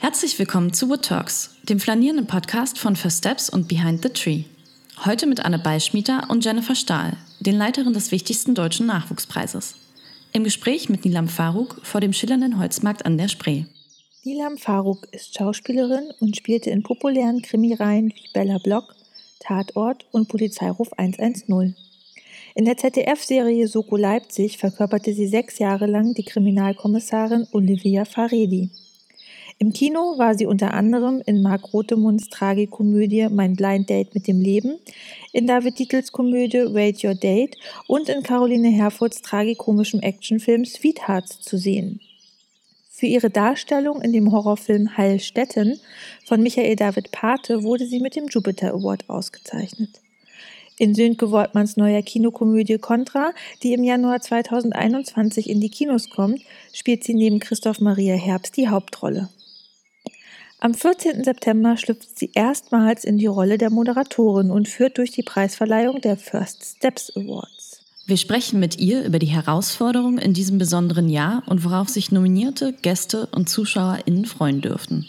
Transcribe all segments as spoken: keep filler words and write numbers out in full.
Herzlich willkommen zu Wood Talks, dem flanierenden Podcast von First Steps und Behind the Tree. Heute mit Anne Beischmieter und Jennifer Stahl, den Leiterin des wichtigsten deutschen Nachwuchspreises. Im Gespräch mit Nilam Faruk vor dem schillernden Holzmarkt an der Spree. Nilam Faruk ist Schauspielerin und spielte in populären Krimireihen wie Bella Block, Tatort und Polizeiruf hundertzehn. In der Z D F-Serie Soko Leipzig verkörperte sie sechs Jahre lang die Kriminalkommissarin Olivia Faredi. Im Kino war sie unter anderem in Mark Rotemunds Tragikomödie Mein Blind Date mit dem Leben, in David Dietls Komödie Rate Your Date und in Caroline Herfurths tragikomischem Actionfilm Sweethearts zu sehen. Für ihre Darstellung in dem Horrorfilm Heilstätten von Michael David Pate wurde sie mit dem Jupiter Award ausgezeichnet. In Sönke Wortmanns neuer Kinokomödie Contra, die im Januar zweitausendeinundzwanzig in die Kinos kommt, spielt sie neben Christoph Maria Herbst die Hauptrolle. Am vierzehnten September schlüpft sie erstmals in die Rolle der Moderatorin und führt durch die Preisverleihung der First Steps Awards. Wir sprechen mit ihr über die Herausforderungen in diesem besonderen Jahr und worauf sich nominierte Gäste und ZuschauerInnen freuen dürften.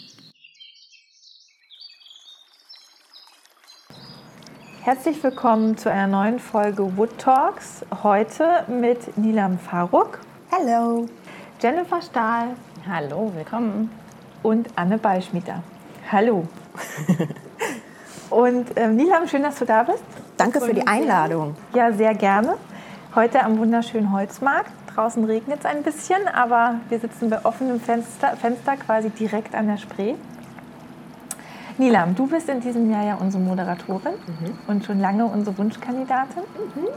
Herzlich willkommen zu einer neuen Folge Wood Talks. Heute mit Nilam Faruk. Hallo. Jennifer Stahl. Hallo, willkommen. Und Anne Beischmieter. Hallo. Und ähm, Nilam, schön, dass du da bist. Danke für die Einladung. Ja, sehr gerne. Heute am wunderschönen Holzmarkt. Draußen regnet es ein bisschen, aber wir sitzen bei offenem Fenster, Fenster quasi direkt an der Spree. Nilam, du bist in diesem Jahr ja unsere Moderatorin mhm. und schon lange unsere Wunschkandidatin. Mhm.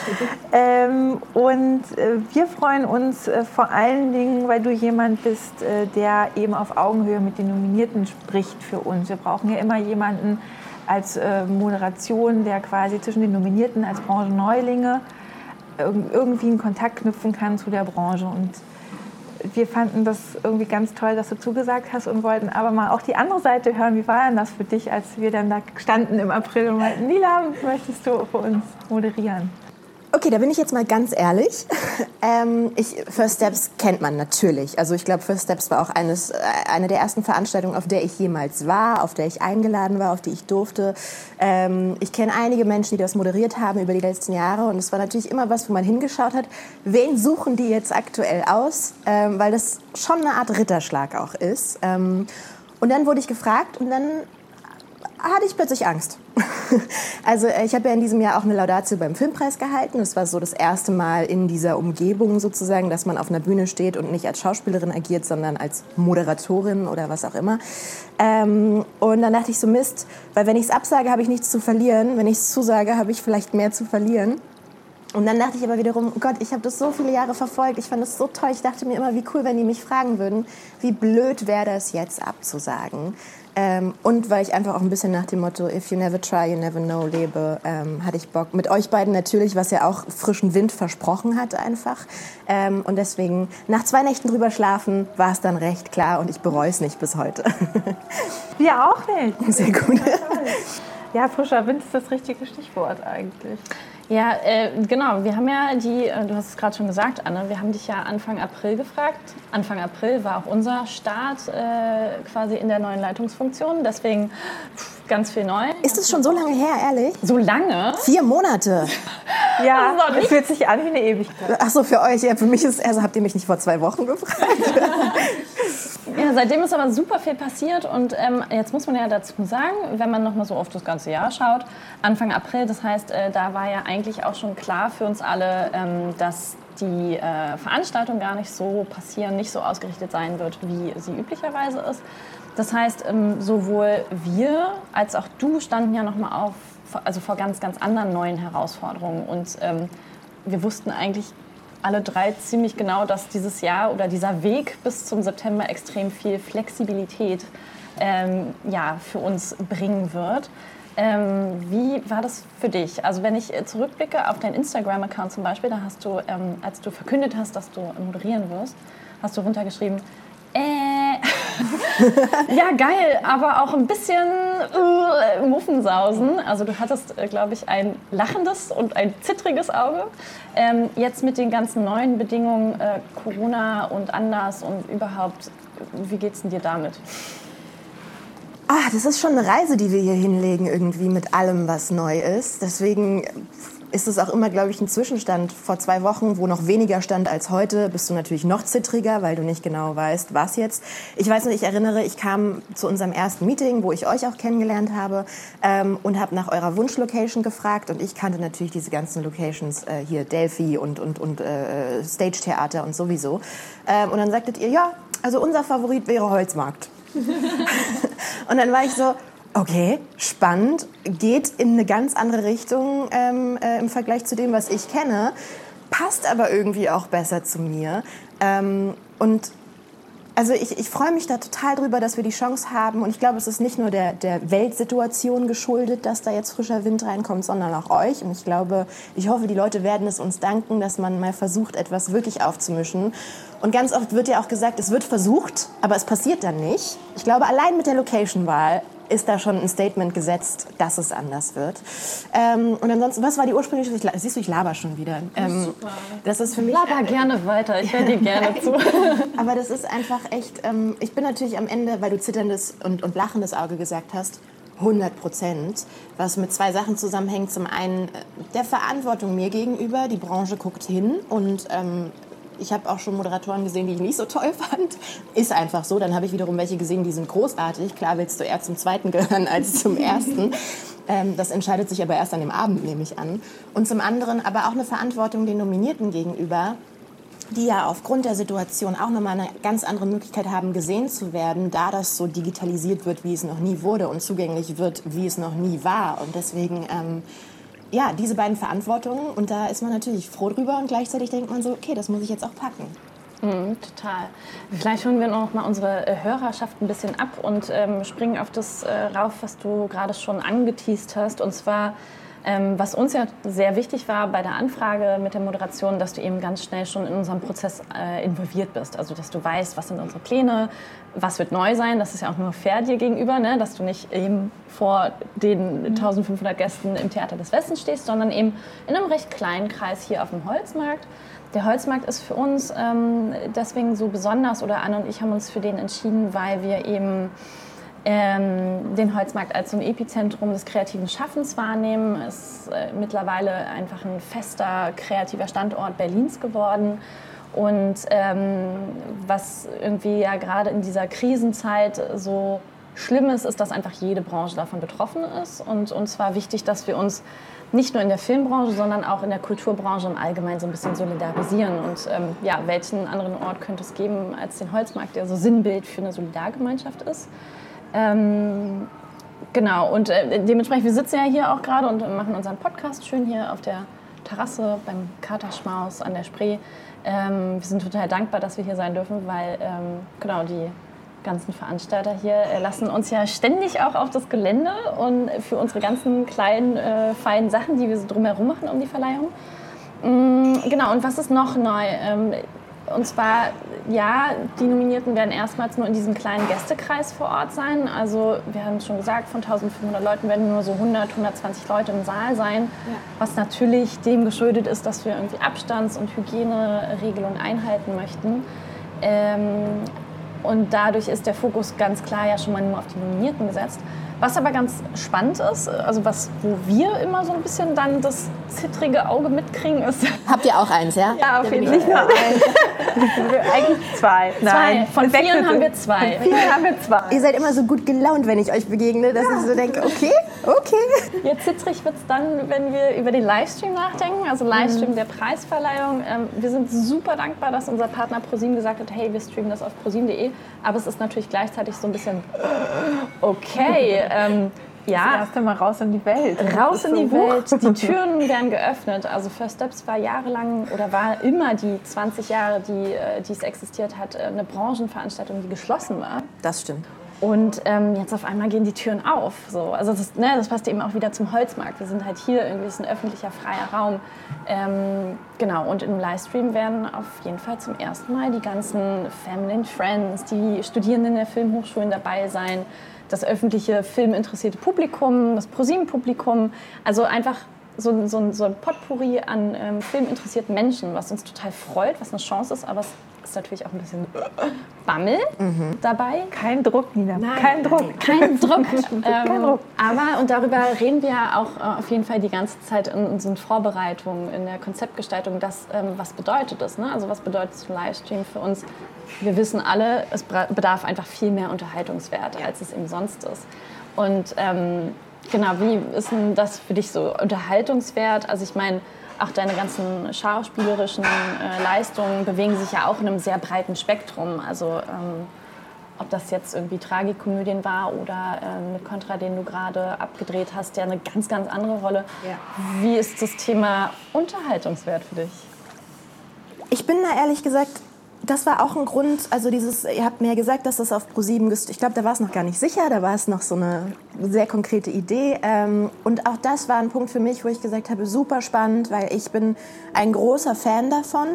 ähm, und äh, wir freuen uns äh, vor allen Dingen, weil du jemand bist, äh, der eben auf Augenhöhe mit den Nominierten spricht für uns. Wir brauchen ja immer jemanden als äh, Moderation, der quasi zwischen den Nominierten als Branchenneulinge irg- irgendwie einen Kontakt knüpfen kann zu der Branche. Und wir fanden das irgendwie ganz toll, dass du zugesagt hast und wollten aber mal auch die andere Seite hören. Wie war denn das für dich, als wir dann da standen im April und meinten, Nilam, möchtest du für uns moderieren? Okay, da bin ich jetzt mal ganz ehrlich. ähm, ich, First Steps kennt man natürlich. Also ich glaube, First Steps war auch eines, eine der ersten Veranstaltungen, auf der ich jemals war, auf der ich eingeladen war, auf die ich durfte. Ähm, ich kenne einige Menschen, die das moderiert haben über die letzten Jahre. Und es war natürlich immer was, wo man hingeschaut hat, wen suchen die jetzt aktuell aus? Ähm, weil das schon eine Art Ritterschlag auch ist. Ähm, und dann wurde ich gefragt und dann hatte ich plötzlich Angst. Also ich habe ja in diesem Jahr auch eine Laudatio beim Filmpreis gehalten. Das war so das erste Mal in dieser Umgebung sozusagen, dass man auf einer Bühne steht und nicht als Schauspielerin agiert, sondern als Moderatorin oder was auch immer. Ähm, und dann dachte ich so, Mist, weil wenn ich es absage, habe ich nichts zu verlieren. Wenn ich es zusage, habe ich vielleicht mehr zu verlieren. Und dann dachte ich aber wiederum, oh Gott, ich habe das so viele Jahre verfolgt, ich fand das so toll. Ich dachte mir immer, wie cool, wenn die mich fragen würden, wie blöd wäre das jetzt abzusagen. Ähm, und weil ich einfach auch ein bisschen nach dem Motto If you never try, you never know lebe, ähm, hatte ich Bock mit euch beiden natürlich, was ja auch frischen Wind versprochen hat einfach. Ähm, und deswegen, nach zwei Nächten drüber schlafen, war es dann recht klar und ich bereue es nicht bis heute. Wir auch nicht. Sehr gut. Ja, frischer Wind ist das richtige Stichwort eigentlich. Ja, äh, genau. Wir haben ja die, äh, du hast es gerade schon gesagt, Anne, wir haben dich ja Anfang April gefragt. Anfang April war auch unser Start äh, quasi in der neuen Leitungsfunktion. Deswegen pff, ganz viel neu. Ist es schon so lange her, ehrlich? So lange? Vier Monate. Ja, es fühlt sich an wie eine Ewigkeit. Ach so, für euch. Ja, für mich ist, also habt ihr mich nicht vor zwei Wochen gefragt? Ja, seitdem ist aber super viel passiert und ähm, jetzt muss man ja dazu sagen, wenn man noch mal so auf das ganze Jahr schaut, Anfang April, das heißt, äh, da war ja eigentlich auch schon klar für uns alle, ähm, dass die äh, Veranstaltung gar nicht so passieren, nicht so ausgerichtet sein wird, wie sie üblicherweise ist. Das heißt, ähm, sowohl wir als auch du standen ja noch mal auf, also vor ganz, ganz anderen neuen Herausforderungen und ähm, wir wussten eigentlich alle drei ziemlich genau, dass dieses Jahr oder dieser Weg bis zum September extrem viel Flexibilität ähm, ja, für uns bringen wird. Ähm, wie war das für dich? Also wenn ich zurückblicke auf deinen Instagram-Account zum Beispiel, da hast du, ähm, als du verkündet hast, dass du moderieren wirst, hast du runtergeschrieben, äh, ja geil, aber auch ein bisschen äh, Muffensausen. Also du hattest, äh, glaube ich, ein lachendes und ein zittriges Auge. Ähm, jetzt mit den ganzen neuen Bedingungen, äh, Corona und anders und überhaupt, wie geht's denn dir damit? Ah, das ist schon eine Reise, die wir hier hinlegen irgendwie mit allem, was neu ist. Deswegen ist es auch immer, glaube ich, ein Zwischenstand. Vor zwei Wochen, wo noch weniger stand als heute, bist du natürlich noch zittriger, weil du nicht genau weißt, was jetzt. Ich weiß noch, ich erinnere, ich kam zu unserem ersten Meeting, wo ich euch auch kennengelernt habe, ähm, und habe nach eurer Wunschlocation gefragt. Und ich kannte natürlich diese ganzen Locations, äh, hier Delphi und, und, und äh, Stage-Theater und sowieso. Ähm, und dann sagtet ihr, ja, also unser Favorit wäre Holzmarkt. Und dann war ich so, okay, spannend, geht in eine ganz andere Richtung ähm, äh, im Vergleich zu dem, was ich kenne, passt aber irgendwie auch besser zu mir. Ähm, und also ich, ich freue mich da total drüber, dass wir die Chance haben. Und ich glaube, es ist nicht nur der, der Weltsituation geschuldet, dass da jetzt frischer Wind reinkommt, sondern auch euch. Und ich glaube, ich hoffe, die Leute werden es uns danken, dass man mal versucht, etwas wirklich aufzumischen. Und ganz oft wird ja auch gesagt, es wird versucht, aber es passiert dann nicht. Ich glaube, allein mit der Location-Wahl ist da schon ein Statement gesetzt, dass es anders wird. Ähm, und ansonsten, was war die ursprüngliche... Siehst du, ich laber schon wieder. Ähm, Super. Das ist für mich... Laber gerne weiter, ich höre dir gerne zu. Aber das ist einfach echt... Ähm, ich bin natürlich am Ende, weil du zitterndes und, und lachendes Auge gesagt hast, hundert Prozent, was mit zwei Sachen zusammenhängt. Zum einen der Verantwortung mir gegenüber. Die Branche guckt hin und... Ähm, ich habe auch schon Moderatoren gesehen, die ich nicht so toll fand. Ist einfach so. Dann habe ich wiederum welche gesehen, die sind großartig. Klar willst du eher zum zweiten gehören als zum ersten. Ähm, das entscheidet sich aber erst an dem Abend, nehme ich an. Und zum anderen aber auch eine Verantwortung den Nominierten gegenüber, die ja aufgrund der Situation auch nochmal eine ganz andere Möglichkeit haben, gesehen zu werden, da das so digitalisiert wird, wie es noch nie wurde und zugänglich wird, wie es noch nie war. Und deswegen... Ähm, Ja, diese beiden Verantwortungen, und da ist man natürlich froh drüber und gleichzeitig denkt man so, okay, das muss ich jetzt auch packen. Mm, total. Vielleicht holen wir noch mal unsere äh, Hörerschaft ein bisschen ab und ähm, springen auf das äh, rauf, was du gerade schon angeteast hast. Und zwar, ähm, was uns ja sehr wichtig war bei der Anfrage mit der Moderation, dass du eben ganz schnell schon in unserem Prozess äh, involviert bist. Also, dass du weißt, was sind unsere Pläne, was wird neu sein. Das ist ja auch nur fair dir gegenüber, ne? Dass du nicht eben vor den eintausendfünfhundert Gästen im Theater des Westens stehst, sondern eben in einem recht kleinen Kreis hier auf dem Holzmarkt. Der Holzmarkt ist für uns ähm, deswegen so besonders, oder Anne und ich haben uns für den entschieden, weil wir eben ähm, den Holzmarkt als so ein Epizentrum des kreativen Schaffens wahrnehmen. Es ist äh, mittlerweile einfach ein fester, kreativer Standort Berlins geworden. Und ähm, was irgendwie ja gerade in dieser Krisenzeit so schlimm ist, ist, dass einfach jede Branche davon betroffen ist. Und uns war wichtig, dass wir uns nicht nur in der Filmbranche, sondern auch in der Kulturbranche im Allgemeinen so ein bisschen solidarisieren. Und ähm, ja, welchen anderen Ort könnte es geben als den Holzmarkt, der so Sinnbild für eine Solidargemeinschaft ist. Ähm, genau, und äh, dementsprechend, wir sitzen ja hier auch gerade und machen unseren Podcast schön hier auf der Terrasse beim Katerschmaus an der Spree. Ähm, wir sind total dankbar, dass wir hier sein dürfen, weil ähm, genau die ganzen Veranstalter hier äh, lassen uns ja ständig auch auf das Gelände und für unsere ganzen kleinen, äh, feinen Sachen, die wir so drumherum machen um die Verleihung. Ähm, genau, und was ist noch neu? Ähm, und zwar, ja, die Nominierten werden erstmals nur in diesem kleinen Gästekreis vor Ort sein. Also wir haben es schon gesagt, von eintausendfünfhundert Leuten werden nur so hundert, hundertzwanzig Leute im Saal sein. Ja. Was natürlich dem geschuldet ist, dass wir irgendwie Abstands- und Hygieneregelungen einhalten möchten. Ähm, und dadurch ist der Fokus ganz klar ja schon mal nur auf die Nominierten gesetzt. Was aber ganz spannend ist, also was, wo wir immer so ein bisschen dann das zittrige Auge mitkriegen, ist... Habt ihr auch eins, ja? Ja, auf jeden Fall. Nicht nur eins. Eigentlich zwei. Nein. Von vieren haben wir zwei. Von vieren haben wir zwei. Ihr seid immer so gut gelaunt, wenn ich euch begegne, dass ja. ich so denke, okay, okay. Ja, zittrig wird es dann, wenn wir über den Livestream nachdenken, also Livestream mhm. der Preisverleihung. Ähm, wir sind super dankbar, dass unser Partner ProSieben gesagt hat, hey, wir streamen das auf prosieben punkt de, aber es ist natürlich gleichzeitig so ein bisschen, okay, ähm, ja. Das erste Mal raus in die Welt. Raus in die Welt. Die Türen werden geöffnet. Also First Steps war jahrelang oder war immer die zwanzig Jahre, die, die es existiert hat, eine Branchenveranstaltung, die geschlossen war. Das stimmt. Und ähm, jetzt auf einmal gehen die Türen auf. So. Also das, ne, das passt eben auch wieder zum Holzmarkt. Wir sind halt hier, irgendwie ist ein öffentlicher, freier Raum. Ähm, genau, und im Livestream werden auf jeden Fall zum ersten Mal die ganzen Family and Friends, die Studierenden der Filmhochschulen dabei sein, das öffentliche filminteressierte Publikum, das ProSieben-Publikum. Also einfach so, so, so ein Potpourri an ähm, filminteressierten Menschen, was uns total freut, was eine Chance ist, aber es ist natürlich auch ein bisschen Bammel mhm. dabei. Kein Druck, Nina. Nein, kein Druck. Kein Druck. ähm, kein Druck. Aber, und darüber reden wir auch äh, auf jeden Fall die ganze Zeit in unseren Vorbereitungen, in der Konzeptgestaltung, das, ähm, was bedeutet das? Ne? Also was bedeutet so ein Livestream für uns? Wir wissen alle, es bedarf einfach viel mehr Unterhaltungswert, als es eben sonst ist. Und ähm, genau, wie ist denn das für dich so Unterhaltungswert? Also ich meine, auch deine ganzen schauspielerischen äh, Leistungen bewegen sich ja auch in einem sehr breiten Spektrum. Also ähm, ob das jetzt irgendwie Tragikomödien war oder äh, mit Contra, den du gerade abgedreht hast, ja eine ganz, ganz andere Rolle. Ja. Wie ist das Thema Unterhaltungswert für dich? Ich bin da ehrlich gesagt, das war auch ein Grund, also dieses, ihr habt mir ja gesagt, dass das auf ProSieben, ich glaube, da war es noch gar nicht sicher, da war es noch so eine sehr konkrete Idee. Ähm, und auch das war ein Punkt für mich, wo ich gesagt habe, super spannend, weil ich bin ein großer Fan davon,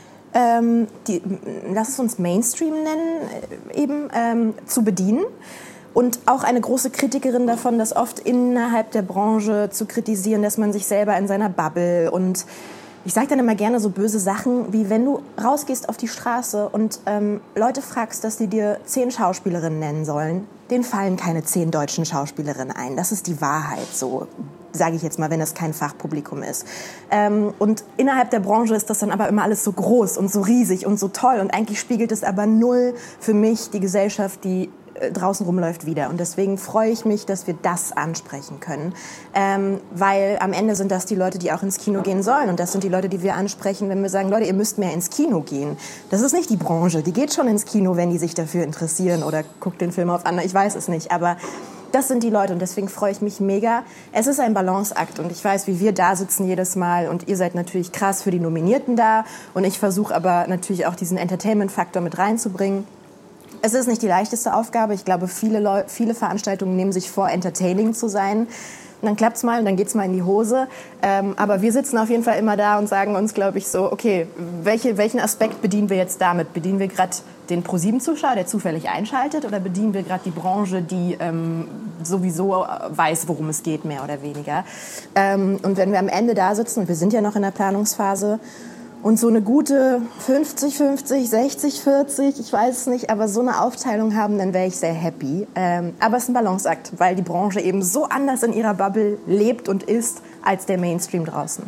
ähm, die, lass es uns Mainstream nennen, eben ähm, zu bedienen. Und auch eine große Kritikerin davon, das oft innerhalb der Branche zu kritisieren, dass man sich selber in seiner Bubble und ich sage dann immer gerne so böse Sachen, wie wenn du rausgehst auf die Straße und ähm, Leute fragst, dass sie dir zehn Schauspielerinnen nennen sollen, denen fallen keine zehn deutschen Schauspielerinnen ein. Das ist die Wahrheit, so sage ich jetzt mal, wenn das kein Fachpublikum ist. Ähm, und innerhalb der Branche ist das dann aber immer alles so groß und so riesig und so toll. Und eigentlich spiegelt es aber null für mich die Gesellschaft, die draußen rumläuft, wieder. Und deswegen freue ich mich, dass wir das ansprechen können. Ähm, weil am Ende sind das die Leute, die auch ins Kino gehen sollen. Und das sind die Leute, die wir ansprechen, wenn wir sagen, Leute, ihr müsst mehr ins Kino gehen. Das ist nicht die Branche. Die geht schon ins Kino, wenn die sich dafür interessieren oder guckt den Film auf andere. Ich weiß es nicht. Aber das sind die Leute und deswegen freue ich mich mega. Es ist ein Balanceakt und ich weiß, wie wir da sitzen jedes Mal und ihr seid natürlich krass für die Nominierten da und ich versuche aber natürlich auch diesen Entertainment-Faktor mit reinzubringen. Es ist nicht die leichteste Aufgabe. Ich glaube, viele, Leu- viele Veranstaltungen nehmen sich vor, entertaining zu sein. Und dann klappt's mal und dann geht's mal in die Hose. Ähm, aber wir sitzen auf jeden Fall immer da und sagen uns, glaube ich, so, okay, welche, welchen Aspekt bedienen wir jetzt damit? Bedienen wir gerade den ProSieben-Zuschauer, der zufällig einschaltet? Oder bedienen wir gerade die Branche, die ähm, sowieso weiß, worum es geht, mehr oder weniger? Ähm, und wenn wir am Ende da sitzen, und wir sind ja noch in der Planungsphase, und so eine gute fünfzig fünfzig, sechzig vierzig, ich weiß es nicht, aber so eine Aufteilung haben, dann wäre ich sehr happy. Ähm, aber es ist ein Balanceakt, weil die Branche eben so anders in ihrer Bubble lebt und ist, als der Mainstream draußen.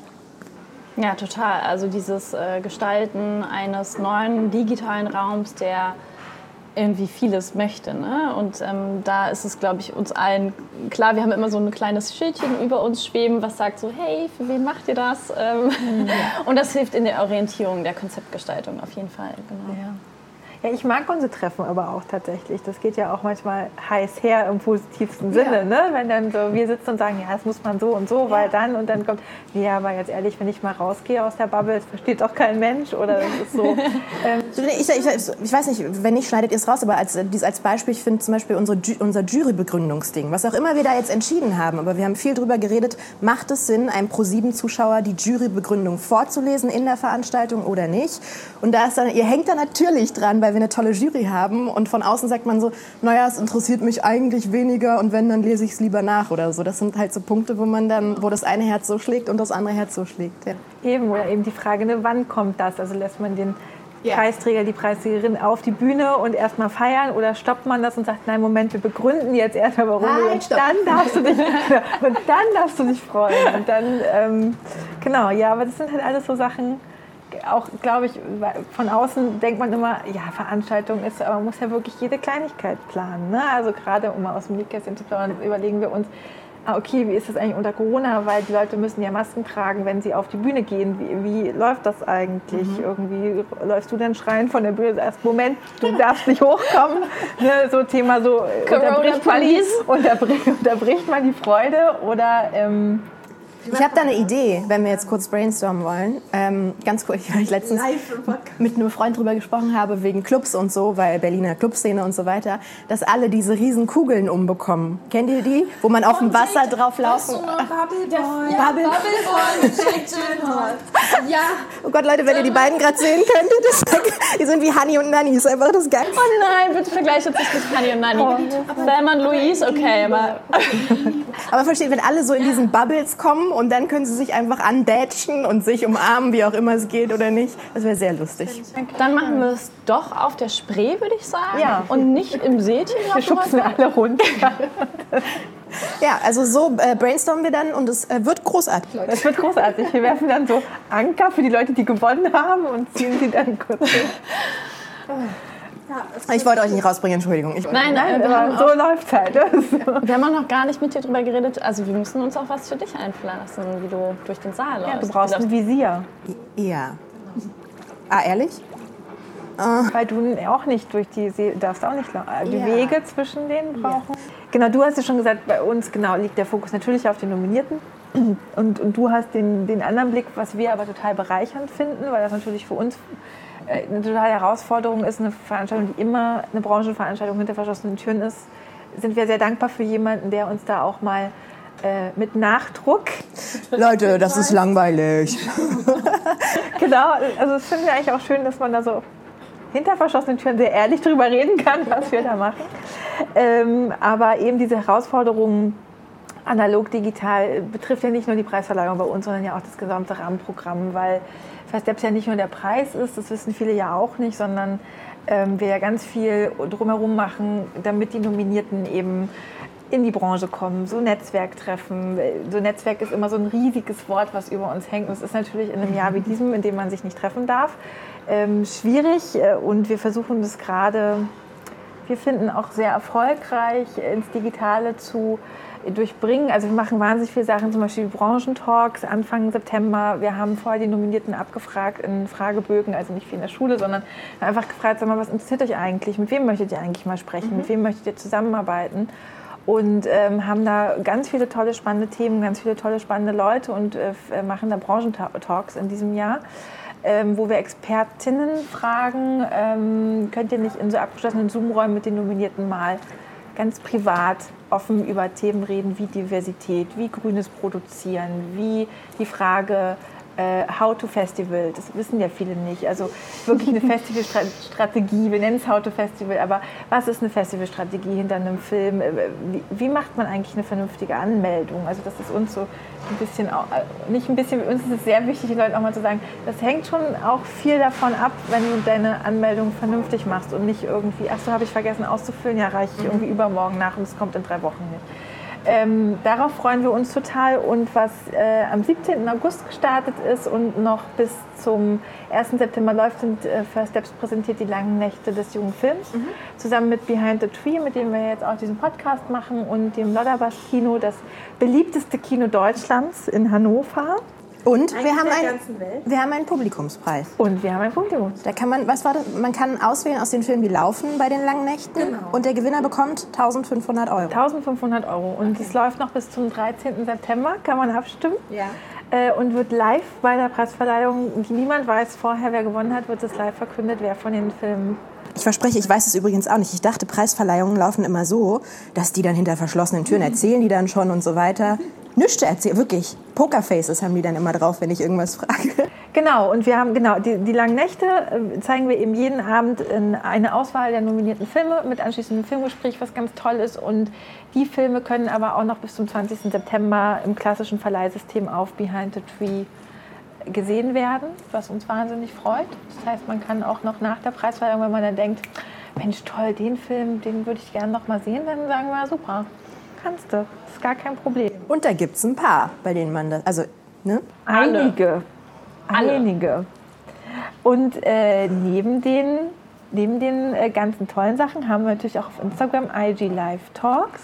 Ja, total. Also dieses äh, Gestalten eines neuen digitalen Raums, der irgendwie vieles möchte. Ne? Und ähm, da ist es, glaube ich, uns allen klar, wir haben immer so ein kleines Schildchen über uns schweben, was sagt so, hey, für wen macht ihr das? Ähm, ja. Und das hilft in der Orientierung, der Konzeptgestaltung auf jeden Fall. Genau. Ja. Ja, ich mag unsere Treffen aber auch tatsächlich. Das geht ja auch manchmal heiß her im positivsten Sinne, ja. ne? Wenn dann so wir sitzen und sagen, ja, das muss man so und so, weil dann und dann kommt, ja, aber jetzt ehrlich, wenn ich mal rausgehe aus der Bubble, das versteht doch kein Mensch oder das ist so. Ähm ich, ich, ich weiß nicht, wenn nicht, schneidet ihr es raus, aber als, als Beispiel, ich finde zum Beispiel unsere, unser Jurybegründungsding, was auch immer wir da jetzt entschieden haben, aber wir haben viel drüber geredet, macht es Sinn, einem ProSieben-Zuschauer die Jurybegründung vorzulesen in der Veranstaltung oder nicht? Und da ist dann, ihr hängt da natürlich dran, weil wir eine tolle Jury haben und von außen sagt man so, naja, es interessiert mich eigentlich weniger und wenn, dann lese ich es lieber nach oder so. Das sind halt so Punkte, wo man dann, wo das eine Herz so schlägt und das andere Herz so schlägt. Ja. Eben, oder eben die Frage, ne, wann kommt das? Also lässt man den ja. Preisträger, die Preisträgerin auf die Bühne und erstmal feiern oder stoppt man das und sagt, nein, Moment, wir begründen jetzt erstmal, warum Nein, wir und dann darfst du dich und dann darfst du dich freuen. Und dann, ähm, genau, ja, aber das sind halt alles so Sachen, auch, glaube ich, von außen denkt man immer, ja, Veranstaltung ist, aber man muss ja wirklich jede Kleinigkeit planen. Ne? Also gerade, um mal aus dem Nähkästchen zu plaudern, überlegen wir uns, ah, okay, wie ist das eigentlich unter Corona? Weil die Leute müssen ja Masken tragen, wenn sie auf die Bühne gehen. Wie, wie läuft das eigentlich? Mhm. Irgendwie läufst du dann schreien von der Bühne, sagst, Moment, du darfst nicht hochkommen. Ne? So Thema so, unterbricht man, die, unterbricht, unterbricht man die Freude oder... Ähm, Ich habe da eine Idee, wenn wir jetzt kurz brainstormen wollen. Ähm, ganz kurz, weil ich letztens mit einem Freund drüber gesprochen habe, wegen Clubs und so, weil Berliner Clubszene und so weiter, dass alle diese riesen Kugeln umbekommen. Kennt ihr die? Wo man auf dem Wasser drauf laufen... Bubble Ja. Oh Gott, Leute, wenn ihr die beiden gerade sehen könntet, das, die sind wie Honey und Nanny, ist einfach das Geilste. Oh nein, bitte vergleicht uns nicht mit Honey und Nanny. Oh. Thelma und Louise, okay, aber... Aber versteht, wenn alle so in diesen Bubbles kommen und dann können sie sich einfach andätschen und sich umarmen, wie auch immer es geht oder nicht. Das wäre sehr lustig. Dann machen wir es doch auf der Spree, würde ich sagen. Ja. Und nicht im Seetien. Wir schubsen alle runter. Ja, also so äh, brainstormen wir dann und es äh, wird großartig. Das wird großartig. Wir werfen dann so Anker für die Leute, die gewonnen haben und ziehen sie dann kurz hin. Ich wollte euch nicht rausbringen, Entschuldigung. Ich Nein, nein, wir haben, So auch, läuft's halt. wir haben auch noch gar nicht mit dir drüber geredet. Also wir müssen uns auch was für dich einfallen lassen, wie du durch den Saal läufst. Ja, du brauchst ein Visier. Ja. Ah, ehrlich? Weil du auch nicht durch die See, darfst auch nicht la- die Ja. Wege zwischen denen brauchen. Genau, du hast ja schon gesagt, bei uns genau liegt der Fokus natürlich auf den Nominierten. Und, und du hast den, den anderen Blick, was wir aber total bereichernd finden, weil das natürlich für uns äh, eine totale Herausforderung ist, eine Veranstaltung, die immer eine Branchenveranstaltung hinter verschlossenen Türen ist, sind wir sehr dankbar für jemanden, der uns da auch mal äh, mit Nachdruck... Leute, das ist langweilig. Genau, also es finden wir eigentlich auch schön, dass man da so hinter verschlossenen Türen sehr ehrlich drüber reden kann, was wir da machen. Ähm, aber eben diese Herausforderungen analog, digital betrifft ja nicht nur die Preisverleihung bei uns, sondern ja auch das gesamte Rahmenprogramm, weil FestSteps ja nicht nur der Preis ist, das wissen viele ja auch nicht, sondern ähm, wir ja ganz viel drumherum machen, damit die Nominierten eben in die Branche kommen, so Netzwerktreffen. So Netzwerk ist immer so ein riesiges Wort, was über uns hängt. Und es ist natürlich in einem Jahr wie diesem, in dem man sich nicht treffen darf, ähm, schwierig. Und wir versuchen das gerade, wir finden auch sehr erfolgreich, ins Digitale zu durchbringen. Also wir machen wahnsinnig viele Sachen, zum Beispiel Branchentalks Anfang September. Wir haben vorher die Nominierten abgefragt in Fragebögen, also nicht wie in der Schule, sondern einfach gefragt, sag mal, was interessiert euch eigentlich? Mit wem möchtet ihr eigentlich mal sprechen? Mhm. Mit wem möchtet ihr zusammenarbeiten? Und ähm, haben da ganz viele tolle, spannende Themen, ganz viele tolle, spannende Leute und äh, machen da Branchentalks in diesem Jahr, ähm, wo wir Expertinnen fragen, ähm, könnt ihr nicht in so abgeschlossenen Zoom-Räumen mit den Nominierten mal ganz privat offen über Themen reden wie Diversität, wie grünes Produzieren, wie die Frage äh, How to Festival, das wissen ja viele nicht, also wirklich eine Festivalstrategie, wir nennen es How to Festival, aber was ist eine Festivalstrategie hinter einem Film, wie, wie macht man eigentlich eine vernünftige Anmeldung, also das ist uns so ein bisschen, nicht ein bisschen, uns ist es sehr wichtig, den Leuten auch mal zu sagen, das hängt schon auch viel davon ab, wenn du deine Anmeldung vernünftig machst und nicht irgendwie, ach so, habe ich vergessen auszufüllen, ja, reiche ich irgendwie übermorgen nach und es kommt in drei Wochen nicht. Ähm, darauf freuen wir uns total und was äh, am siebzehnten August gestartet ist und noch bis zum ersten September läuft, sind äh, FirstSteps präsentiert die langen Nächte des jungen Films, mhm. zusammen mit Behind the Tree, mit dem wir jetzt auch diesen Podcast machen und dem Lodderbach Kino, das beliebteste Kino Deutschlands in Hannover. Und wir haben, ein, wir haben einen Publikumspreis. Und wir haben einen Publikumspreis. Da kann man, was war das? Man kann auswählen aus den Filmen, die laufen bei den langen Nächten. Genau. Und der Gewinner bekommt eintausendfünfhundert Euro. eintausendfünfhundert Euro. Und es okay. läuft noch bis zum dreizehnten September, kann man abstimmen. Ja. Äh, und wird live bei der Preisverleihung, niemand weiß vorher, wer gewonnen hat, wird es live verkündet, wer von den Filmen. Ich verspreche, ich weiß es übrigens auch nicht. Ich dachte, Preisverleihungen laufen immer so, dass die dann hinter verschlossenen Türen erzählen, die dann schon und so weiter. Nichts erzählen, wirklich. Pokerfaces haben die dann immer drauf, wenn ich irgendwas frage. Genau, und wir haben, genau, die, die langen Nächte äh, zeigen wir eben jeden Abend in eine Auswahl der nominierten Filme mit anschließendem Filmgespräch, was ganz toll ist. Und die Filme können aber auch noch bis zum zwanzigsten September im klassischen Verleihsystem auf Behind the Tree gesehen werden, was uns wahnsinnig freut. Das heißt, man kann auch noch nach der Preisverleihung, wenn man dann denkt, Mensch, toll, den Film, den würde ich gerne noch mal sehen, dann sagen wir, super, kannst du, ist gar kein Problem. Und da gibt es ein paar, bei denen man das, also, ne? Einige. Alle. Einige. Und äh, neben den, neben den äh, ganzen tollen Sachen haben wir natürlich auch auf Instagram I G Live Talks.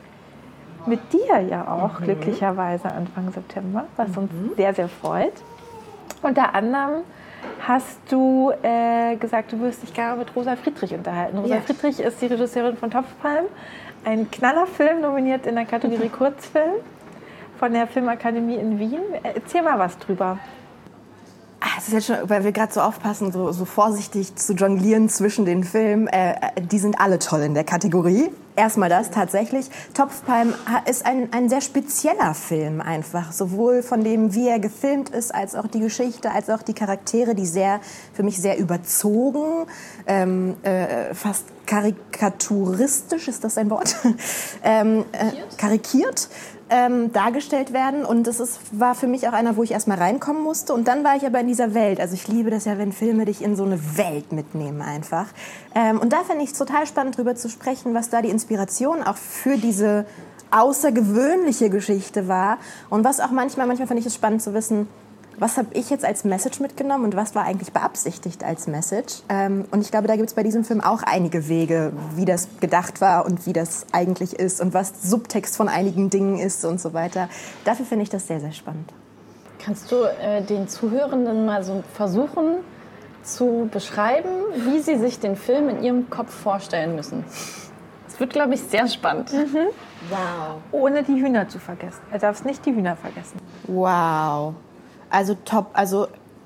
Mit dir ja auch, mhm. glücklicherweise Anfang September, was uns mhm. sehr, sehr freut. Unter anderem hast du äh, gesagt, du wirst dich gerne mit Rosa Friedrich unterhalten. Rosa ja. Friedrich ist die Regisseurin von Topfpalm, ein Knallerfilm, nominiert in der Kategorie Kurzfilm von der Filmakademie in Wien. Erzähl mal was drüber. Es ist jetzt schon, weil wir gerade so aufpassen, so, so vorsichtig zu jonglieren zwischen den Filmen. Äh, die sind alle toll in der Kategorie. Erstmal das tatsächlich. Topfpalm ist ein, ein sehr spezieller Film einfach. Sowohl von dem, wie er gefilmt ist, als auch die Geschichte, als auch die Charaktere, die sehr, für mich sehr überzogen, ähm, äh, fast karikaturistisch, ist das ein Wort? ähm, äh, karikiert. ähm, dargestellt werden. Und das ist, war für mich auch einer, wo ich erstmal reinkommen musste. Und dann war ich aber in dieser Welt. Also ich liebe das ja, wenn Filme dich in so eine Welt mitnehmen einfach. Ähm, und da fand ich es total spannend, darüber zu sprechen, was da die Inspiration auch für diese außergewöhnliche Geschichte war. Und was auch manchmal, manchmal fand ich es spannend zu wissen, was habe ich jetzt als Message mitgenommen und was war eigentlich beabsichtigt als Message. Ähm, und ich glaube, da gibt es bei diesem Film auch einige Wege, wie das gedacht war und wie das eigentlich ist und was Subtext von einigen Dingen ist und so weiter. Dafür finde ich das sehr, sehr spannend. Kannst du äh, den Zuhörenden mal so versuchen zu beschreiben, wie sie sich den Film in ihrem Kopf vorstellen müssen? Das wird, glaube ich, sehr spannend. Mhm. Wow. Ohne die Hühner zu vergessen. Er darf nicht die Hühner vergessen. Wow. Also top, also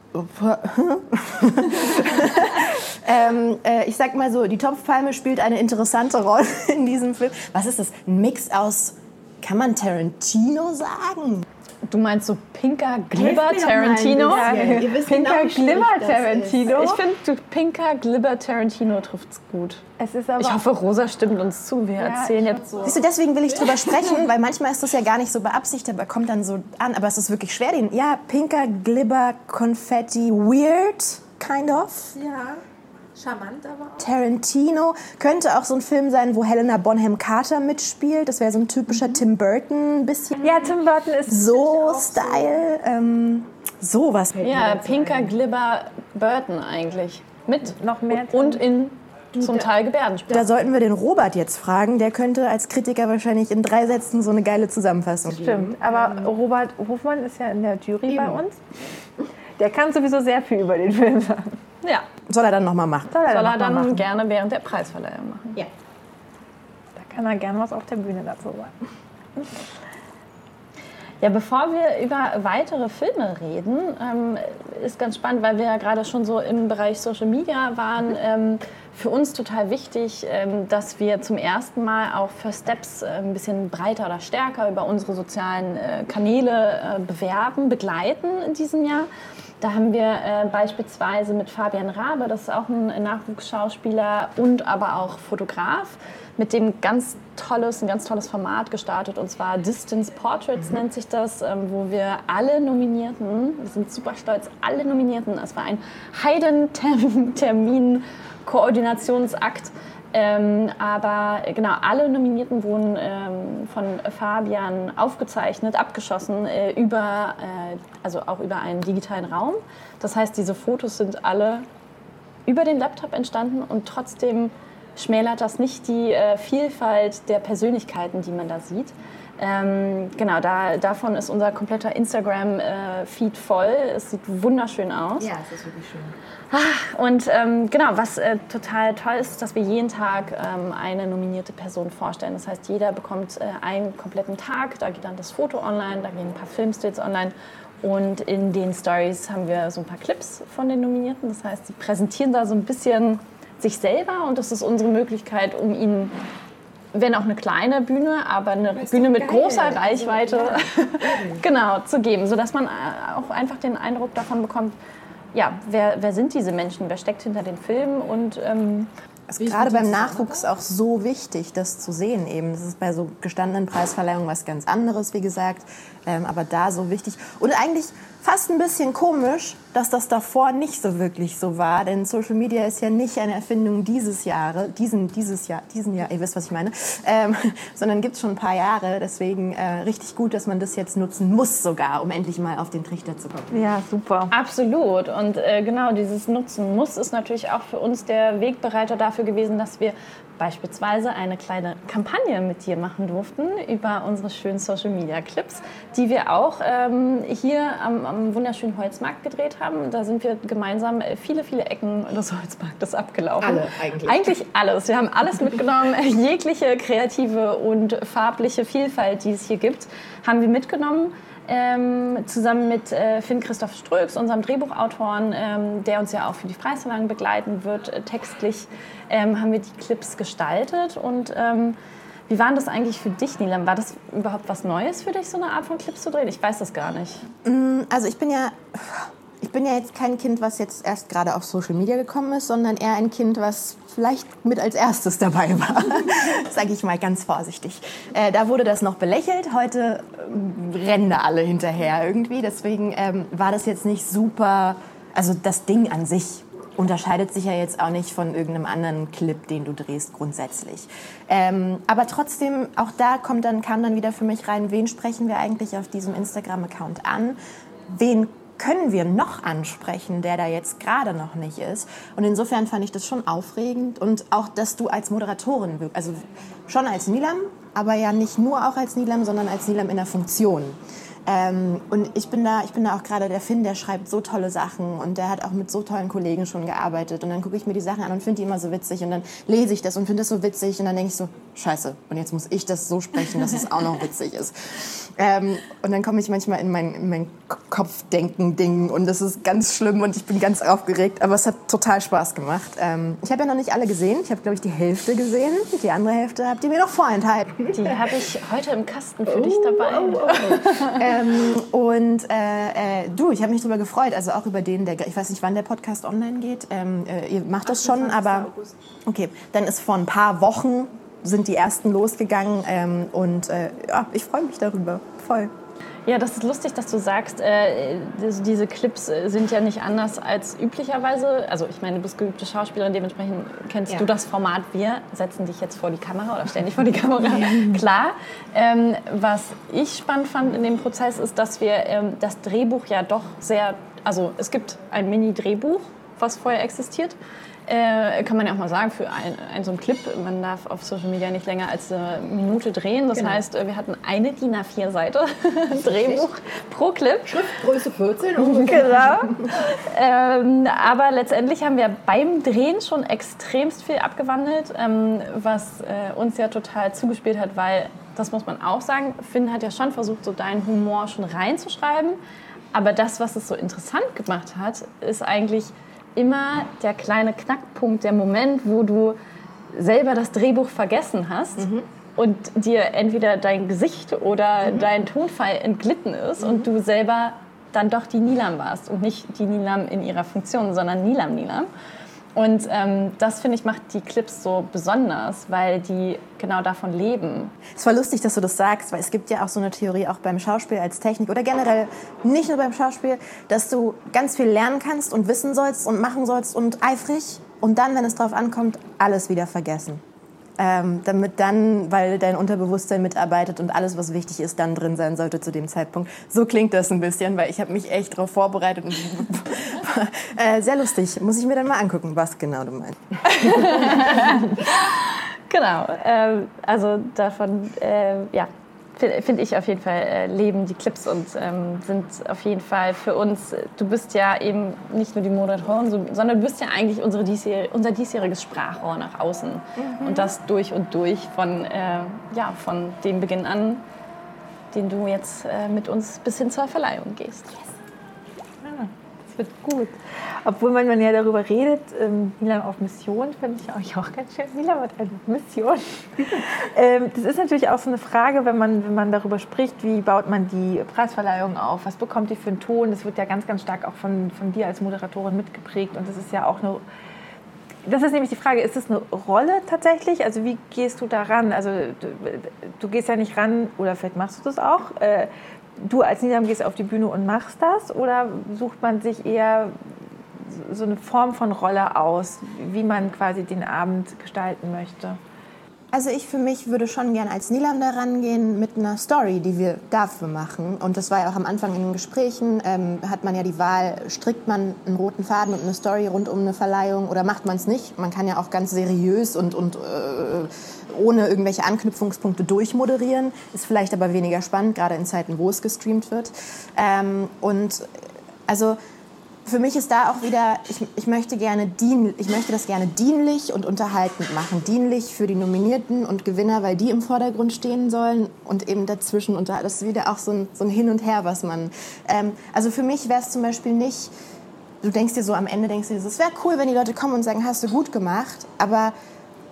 ähm, äh, ich sag mal so, die Topfpalme spielt eine interessante Rolle in diesem Film. Was ist das? Ein Mix aus, kann man Tarantino sagen? Du meinst so Pinker Glibber Tarantino? Ja, ihr wisst Pinker genau, wie schlecht Glibber das Tarantino. Ich finde, Pinker Glibber Tarantino trifft's gut. Es ist aber Ich hoffe, Rosa stimmt uns zu. Wir erzählen jetzt so. Siehst du, deswegen will ich drüber sprechen, weil manchmal ist das ja gar nicht so beabsichtigt, aber kommt dann so an. Aber es ist wirklich schwer, den, ja, Pinker, Glibber, Konfetti, weird, kind of. Ja, charmant aber auch. Tarantino könnte auch so ein Film sein, wo Helena Bonham Carter mitspielt. Das wäre so ein typischer Mhm. Tim Burton, bisschen ja, Tim Burton ist so Style. Ähm, sowas. Ja, Pinker Glibber Burton eigentlich. Mit noch mehr. und in zum Teil Gebärdensprache. Da sollten wir den Robert jetzt fragen. Der könnte als Kritiker wahrscheinlich in drei Sätzen so eine geile Zusammenfassung geben. Stimmt, aber Robert Hofmann ist ja in der Jury bei uns. Der kann sowieso sehr viel über den Film sagen. Ja, Soll er dann nochmal machen. Soll er, soll er noch mal dann machen. gerne während der Preisverleihung machen. Ja. Da kann er gerne was auf der Bühne dazu sagen. Ja, bevor wir über weitere Filme reden, ähm, ist ganz spannend, weil wir ja gerade schon so im Bereich Social Media waren. Ähm, für uns total wichtig, ähm, dass wir zum ersten Mal auch First Steps äh, ein bisschen breiter oder stärker über unsere sozialen äh, Kanäle äh, bewerben, begleiten in diesem Jahr. Da haben wir äh, beispielsweise mit Fabian Rabe, das ist auch ein Nachwuchsschauspieler und aber auch Fotograf, mit dem ganz tolles, ein ganz tolles Format gestartet, und zwar Distance Portraits mhm. nennt sich das, ähm, wo wir alle Nominierten, wir sind super stolz, alle Nominierten, es war ein Heidentermin-Koordinationsakt, ähm, aber genau, alle Nominierten wurden ähm, von Fabian aufgezeichnet, abgeschossen, äh, über, äh, also auch über einen digitalen Raum. Das heißt, diese Fotos sind alle über den Laptop entstanden und trotzdem schmälert das nicht die äh, Vielfalt der Persönlichkeiten, die man da sieht. Ähm, genau, da, davon ist unser kompletter Instagram-Feed äh, voll. Es sieht wunderschön aus. Ja, es ist wirklich schön. Ah, und ähm, genau, was äh, total toll ist, ist, dass wir jeden Tag ähm, eine nominierte Person vorstellen. Das heißt, jeder bekommt äh, einen kompletten Tag. Da geht dann das Foto online, da gehen ein paar Filmstills online. Und in den Stories haben wir so ein paar Clips von den Nominierten. Das heißt, sie präsentieren da so ein bisschen sich selber, und das ist unsere Möglichkeit, um ihnen, wenn auch eine kleine Bühne, aber eine Bühne mit geil. großer Reichweite also, ja. genau, zu geben, sodass man auch einfach den Eindruck davon bekommt, ja, wer, wer sind diese Menschen, wer steckt hinter den Filmen, und ähm, es ist gerade beim Nachwuchs auch so wichtig, das zu sehen eben. Das ist bei so gestandenen Preisverleihungen was ganz anderes, wie gesagt, ähm, aber da so wichtig. Und eigentlich fast ein bisschen komisch, dass das davor nicht so wirklich so war, denn Social Media ist ja nicht eine Erfindung dieses Jahres, diesen, dieses Jahr, diesen Jahr, ihr wisst, was ich meine, ähm, sondern gibt es schon ein paar Jahre. Deswegen äh, richtig gut, dass man das jetzt nutzen muss sogar, um endlich mal auf den Trichter zu kommen. Ja, super. Absolut. Und äh, genau dieses Nutzen muss ist natürlich auch für uns der Wegbereiter dafür gewesen, dass wir beispielsweise eine kleine Kampagne mit dir machen durften über unsere schönen Social-Media-Clips, die wir auch ähm, hier am, am wunderschönen Holzmarkt gedreht haben. Da sind wir gemeinsam viele, viele Ecken des Holzmarktes abgelaufen. Alle eigentlich. Eigentlich alles. Wir haben alles mitgenommen. Jegliche kreative und farbliche Vielfalt, die es hier gibt, haben wir mitgenommen. Ähm, zusammen mit äh, Finn-Christoph Ströks, unserem Drehbuchautoren, ähm, der uns ja auch für die Preisverleihung begleiten wird, äh, textlich, ähm, haben wir die Clips gestaltet. Und ähm, wie war das eigentlich für dich, Nilam? War das überhaupt was Neues für dich, so eine Art von Clips zu drehen? Ich weiß das gar nicht. Also ich bin ja ich bin ja jetzt kein Kind, was jetzt erst gerade auf Social Media gekommen ist, sondern eher ein Kind, was vielleicht mit als erstes dabei war, sage ich mal ganz vorsichtig. Äh, da wurde das noch belächelt, heute äh, rennen da alle hinterher irgendwie. Deswegen ähm, war das jetzt nicht super, also das Ding an sich unterscheidet sich ja jetzt auch nicht von irgendeinem anderen Clip, den du drehst, grundsätzlich. Ähm, aber trotzdem, auch da kommt dann, kam dann wieder für mich rein, wen sprechen wir eigentlich auf diesem Instagram-Account an? Wen können wir noch ansprechen, der da jetzt gerade noch nicht ist? Und insofern fand ich das schon aufregend. Und auch, dass du als Moderatorin, also schon als Nilam, aber ja nicht nur auch als Nilam, sondern als Nilam in der Funktion. Ähm, und ich bin da, ich bin da auch gerade der Finn, der schreibt so tolle Sachen und der hat auch mit so tollen Kollegen schon gearbeitet. Und dann gucke ich mir die Sachen an und finde die immer so witzig. Und dann lese ich das und finde das so witzig. Und dann denke ich so, scheiße, und jetzt muss ich das so sprechen, dass es auch noch witzig ist. Ähm, und dann komme ich manchmal in mein, in mein Kopfdenken-Ding und das ist ganz schlimm und ich bin ganz aufgeregt. Aber es hat total Spaß gemacht. Ähm, ich habe ja noch nicht alle gesehen. Ich habe, glaube ich, die Hälfte gesehen. Die andere Hälfte habt ihr mir noch vorenthalten. Die habe ich heute im Kasten für oh, dich dabei. Oh, oh, oh. ähm, und äh, äh, du, ich habe mich darüber gefreut. Also auch über den, der, ich weiß nicht, wann der Podcast online geht. Ähm, äh, ihr macht das schon, aber okay. Dann ist vor ein paar Wochen sind die ersten losgegangen ähm, und äh, ja, ich freue mich darüber, voll. Ja, das ist lustig, dass du sagst, äh, diese Clips sind ja nicht anders als üblicherweise. Also ich meine, du bist geübte Schauspielerin, dementsprechend kennst ja. du das Format. Wir setzen dich jetzt vor die Kamera oder stellen dich vor die Kamera. Klar. Ähm, was ich spannend fand in dem Prozess ist, dass wir ähm, das Drehbuch ja doch sehr, also es gibt ein Mini-Drehbuch, was vorher existiert. Äh, kann man ja auch mal sagen, für ein, ein, so einen Clip, man darf auf Social Media nicht länger als eine Minute drehen. Das genau. heißt, wir hatten eine D I N A vier Seite Drehbuch pro Clip. Schriftgröße vierzehn. Genau. ähm, aber letztendlich haben wir beim Drehen schon extremst viel abgewandelt, ähm, was äh, uns ja total zugespielt hat, weil, das muss man auch sagen, Finn hat ja schon versucht, so deinen Humor schon reinzuschreiben. Aber das, was es so interessant gemacht hat, ist eigentlich immer der kleine Knackpunkt, der Moment, wo du selber das Drehbuch vergessen hast mhm. und dir entweder dein Gesicht oder mhm. dein Tonfall entglitten ist mhm. und du selber dann doch die Nilam warst und nicht die Nilam in ihrer Funktion, sondern Nilam Nilam. Und ähm, das, finde ich, macht die Clips so besonders, weil die genau davon leben. Es war lustig, dass du das sagst, weil es gibt ja auch so eine Theorie, auch beim Schauspiel als Technik oder generell nicht nur beim Schauspiel, dass du ganz viel lernen kannst und wissen sollst und machen sollst und eifrig und dann, wenn es drauf ankommt, alles wieder vergessen. Ähm, damit dann, weil dein Unterbewusstsein mitarbeitet und alles, was wichtig ist, dann drin sein sollte zu dem Zeitpunkt. So klingt das ein bisschen, weil ich habe mich echt darauf vorbereitet. Und äh, sehr lustig. Muss ich mir dann mal angucken, was genau du meinst. Genau. Äh, also davon, äh, ja, finde ich auf jeden Fall, äh, leben die Clips und ähm, sind auf jeden Fall für uns, du bist ja eben nicht nur die Moderatorin, so, sondern du bist ja eigentlich unsere diesjährige, unser diesjähriges Sprachrohr nach außen. Mhm. Und das durch und durch von, äh, ja, von dem Beginn an, den du jetzt äh, mit uns bis hin zur Verleihung gehst. Yes. Ah, das wird gut. Obwohl man, man ja darüber redet, ähm, Nilam auf Mission, finde ich auch ganz schön. Nilam hat eine Mission. ähm, das ist natürlich auch so eine Frage, wenn man, wenn man darüber spricht, wie baut man die Preisverleihung auf, was bekommt die für einen Ton. Das wird ja ganz, ganz stark auch von, von dir als Moderatorin mitgeprägt. Und das ist ja auch eine... Das ist nämlich die Frage, ist das eine Rolle tatsächlich? Also wie gehst du da ran? Also du, du gehst ja nicht ran, oder vielleicht machst du das auch, äh, du als Nilam gehst auf die Bühne und machst das? Oder sucht man sich eher so eine Form von Rolle aus, wie man quasi den Abend gestalten möchte? Also ich für mich würde schon gerne als Nilam da rangehen mit einer Story, die wir dafür machen. Und das war ja auch am Anfang in den Gesprächen, ähm, hat man ja die Wahl, strickt man einen roten Faden und eine Story rund um eine Verleihung oder macht man es nicht? Man kann ja auch ganz seriös und, und äh, ohne irgendwelche Anknüpfungspunkte durchmoderieren. Ist vielleicht aber weniger spannend, gerade in Zeiten, wo es gestreamt wird. Ähm, und also... Für mich ist da auch wieder, ich, ich, möchte gerne dien, ich möchte das gerne dienlich und unterhaltend machen. Dienlich für die Nominierten und Gewinner, weil die im Vordergrund stehen sollen und eben dazwischen. Und das ist wieder auch so ein, so ein Hin und Her, was man... Ähm, also für mich wäre es zum Beispiel nicht, du denkst dir so am Ende, denkst dir, es wäre cool, wenn die Leute kommen und sagen, hast du gut gemacht, aber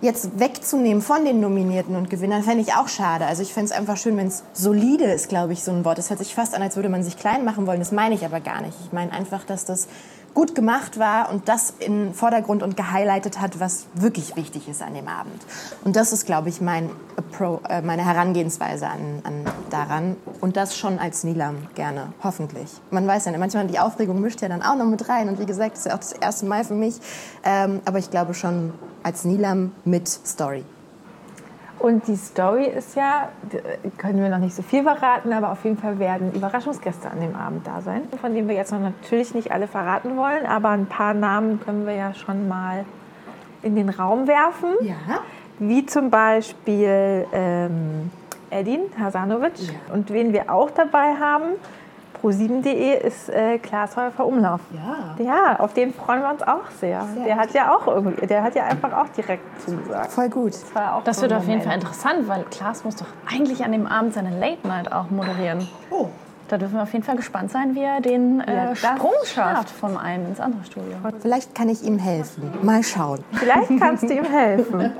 jetzt wegzunehmen von den Nominierten und Gewinnern, fände ich auch schade. Also ich fände es einfach schön, wenn es solide ist, glaube ich, so ein Wort. Das hört sich fast an, als würde man sich klein machen wollen. Das meine ich aber gar nicht. Ich meine einfach, dass das gut gemacht war und das in den Vordergrund und gehighlightet hat, was wirklich wichtig ist an dem Abend. Und das ist, glaube ich, mein Appro- äh, meine Herangehensweise an, an daran. Und das schon als Nilam gerne, hoffentlich. Man weiß ja nicht, manchmal die Aufregung mischt ja dann auch noch mit rein. Und wie gesagt, das ist ja auch das erste Mal für mich. Ähm, aber ich glaube schon als Nilam mit Story. Und die Story ist ja, können wir noch nicht so viel verraten, aber auf jeden Fall werden Überraschungsgäste an dem Abend da sein, von denen wir jetzt noch natürlich nicht alle verraten wollen, aber ein paar Namen können wir ja schon mal in den Raum werfen. Ja. Wie zum Beispiel ähm, Edin Hasanovic. Ja. Und wen wir auch dabei haben, pro sieben punkt de, ist äh, Klaas Häufer Umlauf. Ja. Ja, auf den freuen wir uns auch sehr. sehr der hat ja auch irgendwie, der hat ja einfach auch direkt zugesagt. Voll gut. Das, war auch Das so wird ein auf jeden Moment. Fall interessant, weil Klaas muss doch eigentlich an dem Abend seine Late Night auch moderieren. Oh. Da dürfen wir auf jeden Fall gespannt sein, wie er den Ja, äh, das Sprung schafft schafft. vom einen ins andere Studio. Vielleicht kann ich ihm helfen. Mal schauen. Vielleicht kannst du ihm helfen.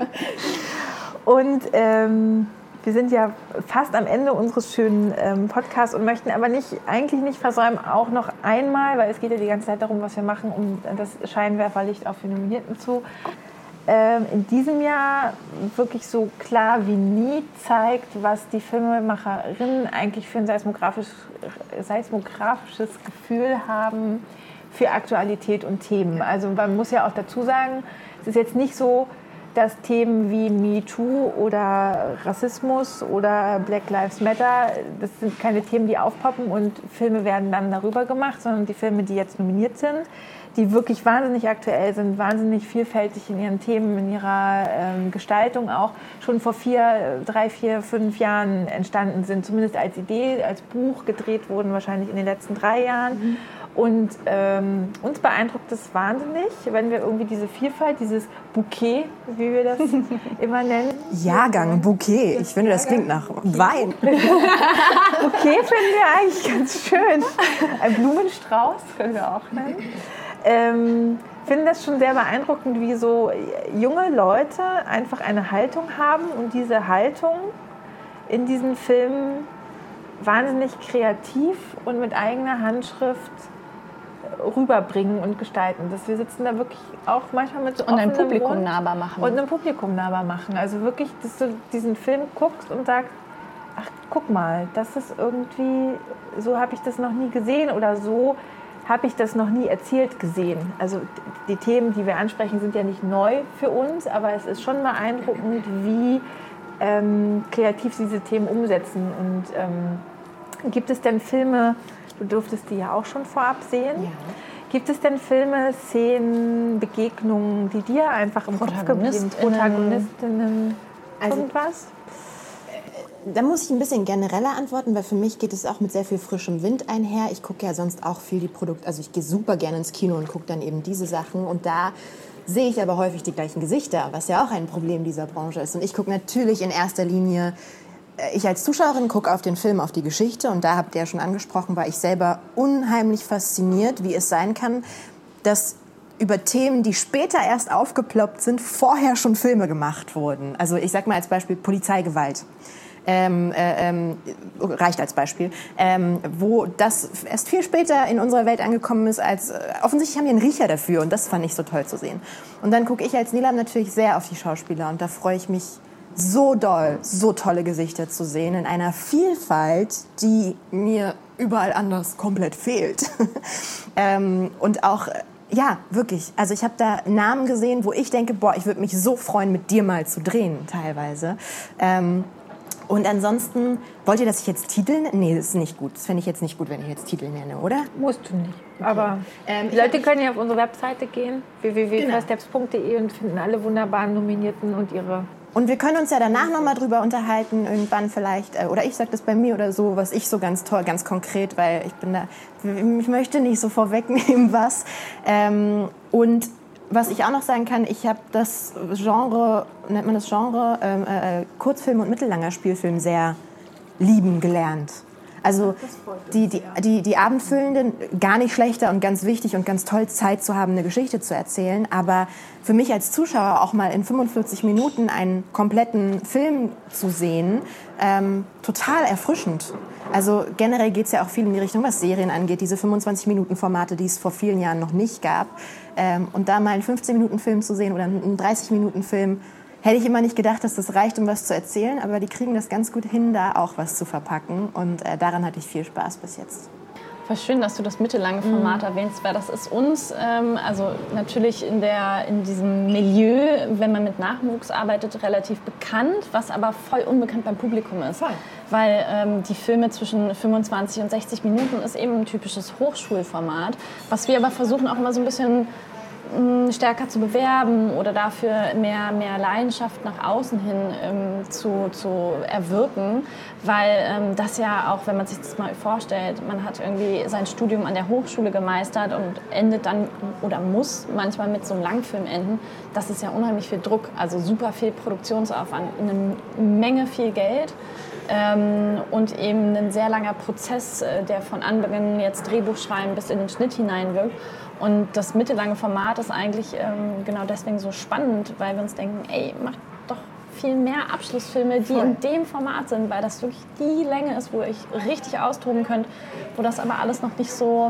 Und ähm, wir sind ja fast am Ende unseres schönen ähm, Podcasts und möchten aber nicht, eigentlich nicht versäumen, auch noch einmal, weil es geht ja die ganze Zeit darum, was wir machen, um das Scheinwerferlicht auf die Nominierten zu, ähm, in diesem Jahr wirklich so klar wie nie zeigt, was die Filmemacherinnen eigentlich für ein seismografisch, seismografisches Gefühl haben für Aktualität und Themen. Also man muss ja auch dazu sagen, es ist jetzt nicht so, dass Themen wie MeToo oder Rassismus oder Black Lives Matter, das sind keine Themen, die aufpoppen und Filme werden dann darüber gemacht, sondern die Filme, die jetzt nominiert sind, die wirklich wahnsinnig aktuell sind, wahnsinnig vielfältig in ihren Themen, in ihrer ähm, Gestaltung auch, schon vor vier, drei, vier, fünf Jahren entstanden sind, zumindest als Idee, als Buch gedreht wurden, wahrscheinlich in den letzten drei Jahren. Mhm. Und ähm, uns beeindruckt es wahnsinnig, wenn wir irgendwie diese Vielfalt, dieses Bouquet, wie wir das immer nennen. Jahrgang, Bouquet. Ich finde, das klingt nach Wein. Bouquet finden wir eigentlich ganz schön. Ein Blumenstrauß können wir auch nennen. Ähm, finde das schon sehr beeindruckend, wie so junge Leute einfach eine Haltung haben und diese Haltung in diesen Filmen wahnsinnig kreativ und mit eigener Handschrift rüberbringen und gestalten. Dass wir sitzen da wirklich auch manchmal mit so Und ein offenem Publikum Mund nahbar machen. Und ein Publikum nahbar machen. Also wirklich, dass du diesen Film guckst und sagst, ach, guck mal, das ist irgendwie, so habe ich das noch nie gesehen oder so habe ich das noch nie erzählt gesehen. Also die Themen, die wir ansprechen, sind ja nicht neu für uns, aber es ist schon beeindruckend, wie ähm, kreativ sie diese Themen umsetzen. Und ähm, gibt es denn Filme, du durftest die ja auch schon vorab sehen, ja. Gibt es denn Filme, Szenen, Begegnungen, die dir einfach im Kopf geblieben sind? Protagonistinnen, also, irgendwas? Da muss ich ein bisschen genereller antworten, weil für mich geht es auch mit sehr viel frischem Wind einher. Ich gucke ja sonst auch viel die Produkte, also ich gehe super gerne ins Kino und gucke dann eben diese Sachen und da sehe ich aber häufig die gleichen Gesichter, was ja auch ein Problem dieser Branche ist. Und ich gucke natürlich in erster Linie, ich als Zuschauerin gucke auf den Film, auf die Geschichte und da habt ihr ja schon angesprochen, war ich selber unheimlich fasziniert, wie es sein kann, dass über Themen, die später erst aufgeploppt sind, vorher schon Filme gemacht wurden. Also ich sag mal als Beispiel Polizeigewalt. Ähm, äh, ähm, reicht als Beispiel, ähm, wo das erst viel später in unserer Welt angekommen ist, als äh, offensichtlich haben wir einen Riecher dafür und das fand ich so toll zu sehen. Und dann gucke ich als Nilam natürlich sehr auf die Schauspieler und da freue ich mich so doll, so tolle Gesichter zu sehen in einer Vielfalt, die mir überall anders komplett fehlt. ähm, und auch ja, wirklich. Also ich habe da Namen gesehen, wo ich denke, boah, ich würde mich so freuen, mit dir mal zu drehen, teilweise. Ähm, Und ansonsten, wollt ihr, dass ich jetzt Titel nenne? Nee, das ist nicht gut. Das fände ich jetzt nicht gut, wenn ich jetzt Titel nenne, oder? Musst du nicht. Okay. Aber ähm, die Leute können ja auf unsere Webseite gehen, w w w punkt Genau. first steps punkt de und finden alle wunderbaren Nominierten und ihre... Und wir können uns ja danach nochmal drüber unterhalten, irgendwann vielleicht, äh, oder ich sage das bei mir oder so, was ich so ganz toll, ganz konkret, weil ich bin da, ich möchte nicht so vorwegnehmen, was. Ähm, und was ich auch noch sagen kann, ich habe das Genre, nennt man das Genre, ähm, äh, Kurzfilm und mittellanger Spielfilm sehr lieben gelernt. Also die, die, die, die Abendfüllenden, gar nicht schlechter und ganz wichtig und ganz toll, Zeit zu haben, eine Geschichte zu erzählen. Aber für mich als Zuschauer auch mal in fünfundvierzig Minuten einen kompletten Film zu sehen, ähm, total erfrischend. Also generell geht es ja auch viel in die Richtung, was Serien angeht, diese fünfundzwanzig-Minuten-Formate, die es vor vielen Jahren noch nicht gab. Ähm, und da mal einen fünfzehn-Minuten-Film zu sehen oder einen dreißig-Minuten-Film, hätte ich immer nicht gedacht, dass das reicht, um was zu erzählen. Aber die kriegen das ganz gut hin, da auch was zu verpacken. Und äh, daran hatte ich viel Spaß bis jetzt. Voll schön, dass du das mittellange Format mhm. erwähnst, weil das ist uns, ähm, also natürlich in, der, in diesem Milieu, wenn man mit Nachwuchs arbeitet, relativ bekannt, was aber voll unbekannt beim Publikum ist. Voll. Weil ähm, die Filme zwischen fünfundzwanzig und sechzig Minuten ist eben ein typisches Hochschulformat, was wir aber versuchen auch immer so ein bisschen mh, stärker zu bewerben oder dafür mehr, mehr Leidenschaft nach außen hin ähm, zu, zu erwirken, weil ähm, das ja auch, wenn man sich das mal vorstellt, man hat irgendwie sein Studium an der Hochschule gemeistert und endet dann oder muss manchmal mit so einem Langfilm enden. Das ist ja unheimlich viel Druck, also super viel Produktionsaufwand, eine Menge viel Geld. Ähm, und eben ein sehr langer Prozess, äh, der von Anbeginn jetzt Drehbuchschreiben bis in den Schnitt hineinwirkt. Und das mittellange Format ist eigentlich ähm, genau deswegen so spannend, weil wir uns denken, ey, macht doch viel mehr Abschlussfilme, die Voll. in dem Format sind, weil das wirklich die Länge ist, wo ihr euch richtig austoben könnt, wo das aber alles noch nicht so,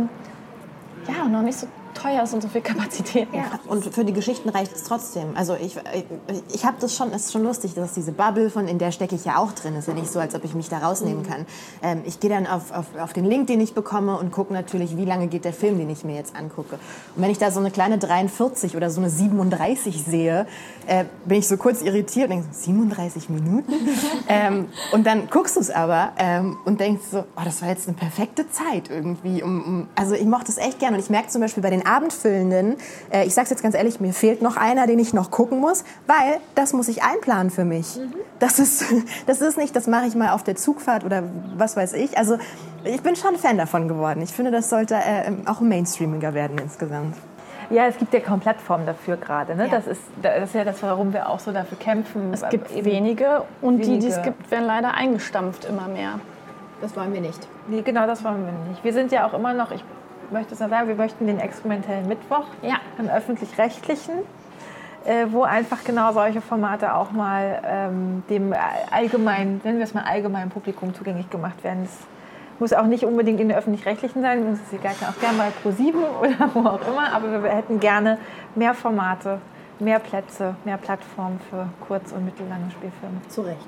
ja, noch nicht so teuer ist und so viel Kapazität. Ja. Und für die Geschichten reicht es trotzdem. Also ich, ich, ich habe das schon, es ist schon lustig, dass diese Bubble, von in der stecke ich ja auch drin. Es ist ja nicht so, als ob ich mich da rausnehmen kann. Ähm, ich gehe dann auf, auf, auf den Link, den ich bekomme und gucke natürlich, wie lange geht der Film, den ich mir jetzt angucke. Und wenn ich da so eine kleine dreiundvierzig oder so eine siebenunddreißig sehe, äh, bin ich so kurz irritiert und denke, siebenunddreißig Minuten? ähm, und dann guckst du es aber ähm, und denkst so, oh, das war jetzt eine perfekte Zeit irgendwie. Um, um, also ich mochte es echt gerne. Und ich merke zum Beispiel bei den Abendfüllenden, äh, ich sag's jetzt ganz ehrlich, mir fehlt noch einer, den ich noch gucken muss, weil das muss ich einplanen für mich. Mhm. Das ist, das ist nicht, das mache ich mal auf der Zugfahrt oder was weiß ich. Also ich bin schon Fan davon geworden. Ich finde, das sollte äh, auch mainstreamiger werden insgesamt. Ja, es gibt ja kaum Plattformen dafür gerade. Ne? Ja. Das, ist, das ist ja das, warum wir auch so dafür kämpfen. Es gibt wenige und wenige. Die, die es gibt, werden leider eingestampft immer mehr. Das wollen wir nicht. Nee, genau, das wollen wir nicht. Wir sind ja auch immer noch, ich möchte es noch sagen, wir möchten den experimentellen Mittwoch ja. im Öffentlich-Rechtlichen, äh, wo einfach genau solche Formate auch mal ähm, dem allgemeinen, nennen wir es mal allgemeinen Publikum zugänglich gemacht werden. Das muss auch nicht unbedingt in der Öffentlich-Rechtlichen sein, das ist egal, kann auch gerne bei ProSieben oder wo auch immer, aber wir hätten gerne mehr Formate, mehr Plätze, mehr Plattformen für kurz- und mittellange Spielfilme. Zu Recht.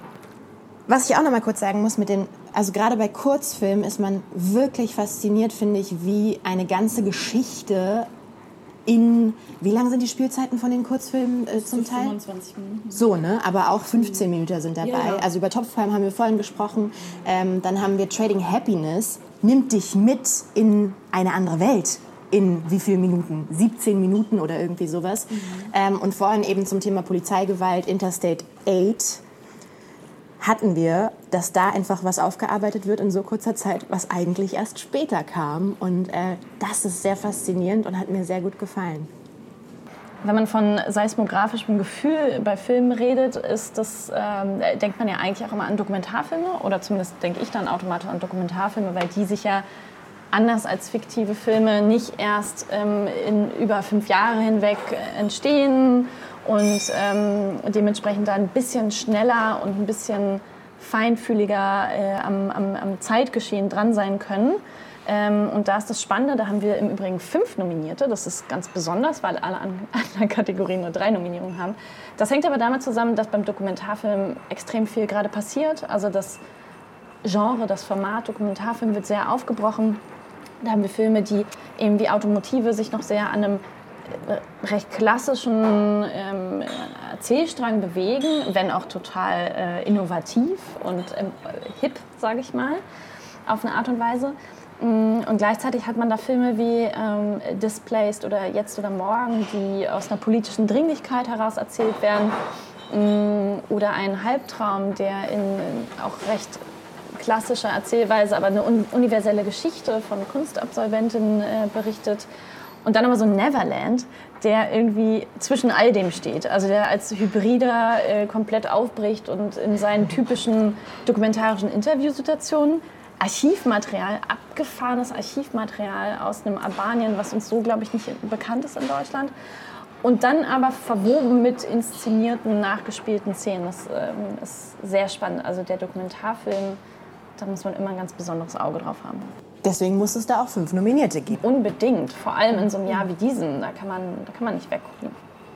Was ich auch noch mal kurz sagen muss, mit den, also gerade bei Kurzfilmen ist man wirklich fasziniert, finde ich, wie eine ganze Geschichte in, wie lang sind die Spielzeiten von den Kurzfilmen äh, zum Teil? fünfundzwanzig Minuten. So, ne? Aber auch fünfzehn Minuten sind dabei. Ja. Also über Topfpalm haben wir vorhin gesprochen. Ähm, dann haben wir Trading Happiness, nimmt dich mit in eine andere Welt. In wie vielen Minuten? siebzehn Minuten oder irgendwie sowas. Mhm. Ähm, und vorhin eben zum Thema Polizeigewalt, Interstate acht, hatten wir, dass da einfach was aufgearbeitet wird in so kurzer Zeit, was eigentlich erst später kam. Und äh, das ist sehr faszinierend und hat mir sehr gut gefallen. Wenn man von seismografischem Gefühl bei Filmen redet, ist das, ähm, denkt man ja eigentlich auch immer an Dokumentarfilme. Oder zumindest denke ich dann automatisch an Dokumentarfilme, weil die sich ja anders als fiktive Filme nicht erst ähm, in über fünf Jahre hinweg entstehen und ähm, dementsprechend dann ein bisschen schneller und ein bisschen feinfühliger äh, am, am, am Zeitgeschehen dran sein können. Ähm, und da ist das Spannende, da haben wir im Übrigen fünf Nominierte. Das ist ganz besonders, weil alle anderen Kategorien nur drei Nominierungen haben. Das hängt aber damit zusammen, dass beim Dokumentarfilm extrem viel gerade passiert. Also das Genre, das Format Dokumentarfilm wird sehr aufgebrochen. Da haben wir Filme, die eben wie Automotive sich noch sehr an einem recht klassischen ähm, Erzählstrang bewegen, wenn auch total äh, innovativ und ähm, hip, sage ich mal, auf eine Art und Weise. Und gleichzeitig hat man da Filme wie ähm, Displaced oder Jetzt oder Morgen, die aus einer politischen Dringlichkeit heraus erzählt werden. Oder ein Halbtraum, der in, in auch recht klassischer Erzählweise, aber eine un- universelle Geschichte von Kunstabsolventinnen äh, berichtet. Und dann aber so Neverland, der irgendwie zwischen all dem steht. Also der als Hybrider äh, komplett aufbricht und in seinen typischen dokumentarischen Interviewsituationen Archivmaterial, abgefahrenes Archivmaterial aus einem Albanien, was uns so, glaube ich, nicht bekannt ist in Deutschland. Und dann aber verwoben mit inszenierten, nachgespielten Szenen. Das ähm, ist sehr spannend. Also der Dokumentarfilm, da muss man immer ein ganz besonderes Auge drauf haben. Deswegen muss es da auch fünf Nominierte geben. Unbedingt, vor allem in so einem Jahr wie diesem, da kann man, da kann man nicht weggucken.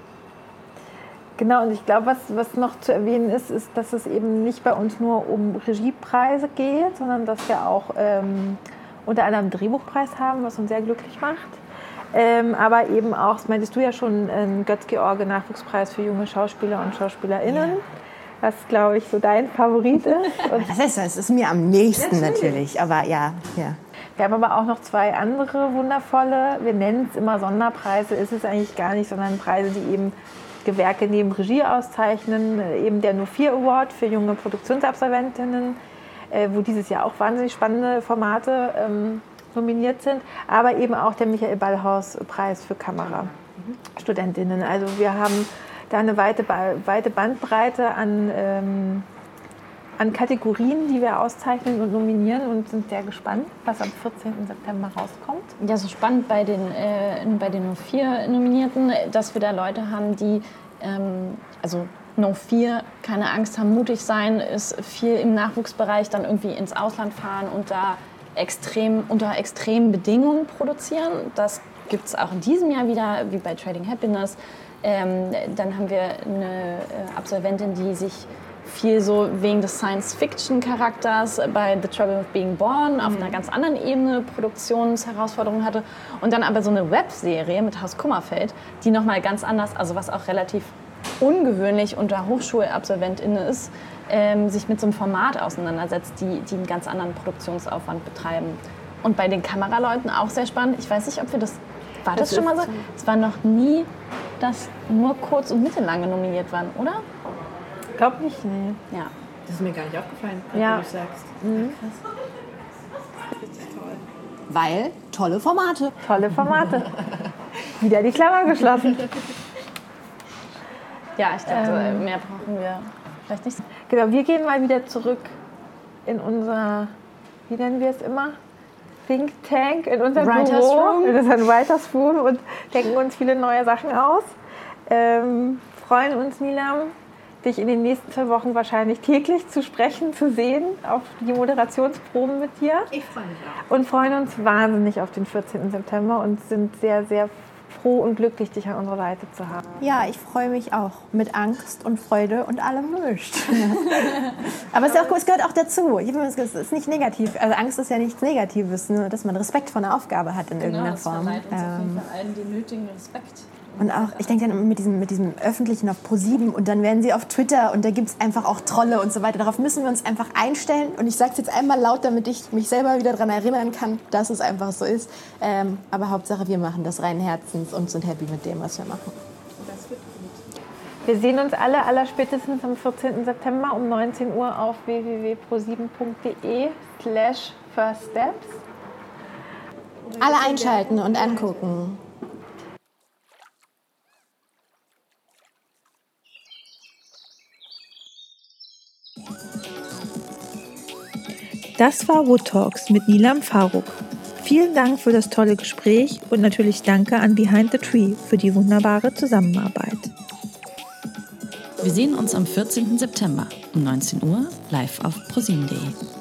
Genau, und ich glaube, was, was noch zu erwähnen ist, ist, dass es eben nicht bei uns nur um Regiepreise geht, sondern dass wir auch ähm, unter anderem einen Drehbuchpreis haben, was uns sehr glücklich macht. Ähm, aber eben auch, das meintest du ja schon, einen Götz-George-Nachwuchspreis für junge Schauspieler und SchauspielerInnen. Ja. Was, glaube ich, so dein Favorit ist. Und das, ist, das ist mir am nächsten natürlich, natürlich. aber ja, ja. Wir haben aber auch noch zwei andere wundervolle, wir nennen es immer Sonderpreise, ist es eigentlich gar nicht, sondern Preise, die eben Gewerke neben Regie auszeichnen. Eben der Nur vier Award für junge Produktionsabsolventinnen, äh, wo dieses Jahr auch wahnsinnig spannende Formate ähm, nominiert sind, aber eben auch der Michael Ballhaus-Preis für Kamerastudentinnen. Also wir haben da eine weite, weite Bandbreite an, ähm, an Kategorien, die wir auszeichnen und nominieren und sind sehr gespannt, was am vierzehnten September rauskommt. Ja, so spannend bei den, äh, bei den Nur vier Nominierten, dass wir da Leute haben, die, ähm, also Nur vier, keine Angst haben, mutig sein, ist viel im Nachwuchsbereich, dann irgendwie ins Ausland fahren und da extrem, unter extremen Bedingungen produzieren. Das gibt es auch in diesem Jahr wieder, wie bei Trading Happiness. Ähm, dann haben wir eine äh, Absolventin, die sich viel so wegen des Science-Fiction-Charakters bei The Trouble of Being Born mhm. auf einer ganz anderen Ebene Produktionsherausforderungen hatte. Und dann aber so eine Webserie mit Haus Kummerfeld, die nochmal ganz anders, also was auch relativ ungewöhnlich unter HochschulabsolventInnen ist, ähm, sich mit so einem Format auseinandersetzt, die, die einen ganz anderen Produktionsaufwand betreiben. Und bei den Kameraleuten auch sehr spannend. Ich weiß nicht, ob wir das... War das, das schon mal so? Es war noch nie, dass nur kurz- und mittellange nominiert waren, oder? Ich glaube nicht, nee. Ja. Das ist mir gar nicht aufgefallen, ja. wie du sagst. Mhm. Krass. Richtig toll. Weil tolle Formate. Tolle Formate. Wieder die Klammer geschlossen. Ja, ich dachte, ähm, mehr brauchen wir vielleicht nicht. Genau, wir gehen mal wieder zurück in unser, wie nennen wir es immer? Think Tank, in unserem Writers Büro, Room. in unserem Writers Room und denken uns viele neue Sachen aus. Ähm, freuen uns, Nilam, dich in den nächsten zwei Wochen wahrscheinlich täglich zu sprechen, zu sehen, auf die Moderationsproben mit dir. Ich freue mich auch. Und freuen uns wahnsinnig auf den vierzehnten September und sind sehr, sehr froh und glücklich, dich an unserer Seite zu haben. Ja, ich freue mich auch mit Angst und Freude und allem gemischt. Aber es, ist auch, es gehört auch dazu. Es ist nicht negativ. Also Angst ist ja nichts Negatives, nur dass man Respekt vor einer Aufgabe hat in genau, irgendeiner Form. Genau, das verleiht uns ähm, auf jeden Fall allen den nötigen Respekt. Und auch, ich denke dann mit diesem, mit diesem Öffentlichen auf ProSieben und dann werden sie auf Twitter und da gibt es einfach auch Trolle und so weiter. Darauf müssen wir uns einfach einstellen und ich sage es jetzt einmal laut, damit ich mich selber wieder daran erinnern kann, dass es einfach so ist. Ähm, aber Hauptsache, wir machen das reinen Herzens und sind happy mit dem, was wir machen. Das wird gut. Wir sehen uns alle, aller spätestens am vierzehnten September um neunzehn Uhr auf w w w punkt pro sieben punkt d e slash first steps. Alle einschalten und angucken. Das war Wood Talks mit Nilam Faruk. Vielen Dank für das tolle Gespräch und natürlich danke an Behind the Tree für die wunderbare Zusammenarbeit. Wir sehen uns am vierzehnten September um neunzehn Uhr live auf pro sieben punkt d e.